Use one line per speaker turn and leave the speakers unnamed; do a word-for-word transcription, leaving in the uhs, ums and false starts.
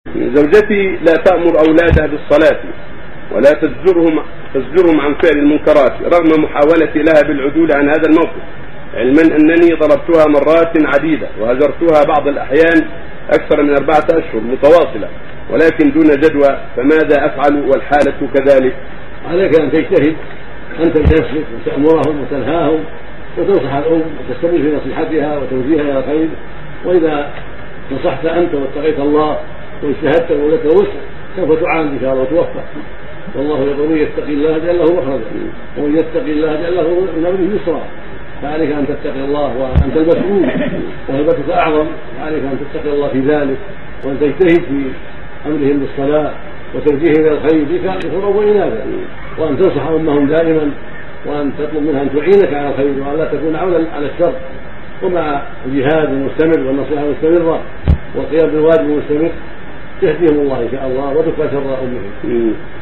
زوجتي لا تأمر أولادها بالصلاة ولا تزجرهم تزجرهم عن فعل المنكرات رغم محاولتي لها بالعدول عن هذا الموقف، علما أنني ضربتها مرات عديدة وهجرتها بعض الأحيان أكثر من أربعة أشهر متواصلة ولكن دون جدوى، فماذا أفعل والحالة كذلك؟
عليك أن تجتهد أنت بنفسك وتأمرهم وتنهاهم وتنصح الأم وتستمر في نصيحتها وتوجيهها إلى الخير، وإذا نصحت أنت واتقيت الله واجتهدت ولك الوسع سوف تعان إن شاء الله وتوفق. والله يقول من يتقي الله جعل له مخرجا ومن يتقي الله جعل له من أمره يسرا، فعليك أن تتقي الله وأنت المسؤول وهبتك أعظم، فعليك أن تتقي الله في ذلك وأن تجتهد في أمرهم بالصلاة وتوجيههم إلى الخير ذكرا وإناثا، وأن تنصح أمهم دائما وأن تطلب منها أن تعينك على الخير وأن لا تكون عونا على الشر، ومع الجهاد المستمر والنصيحة المستمرة والقيام بالواجب المستمر يهديهم الله إن شاء الله وتكفى شر أمهم.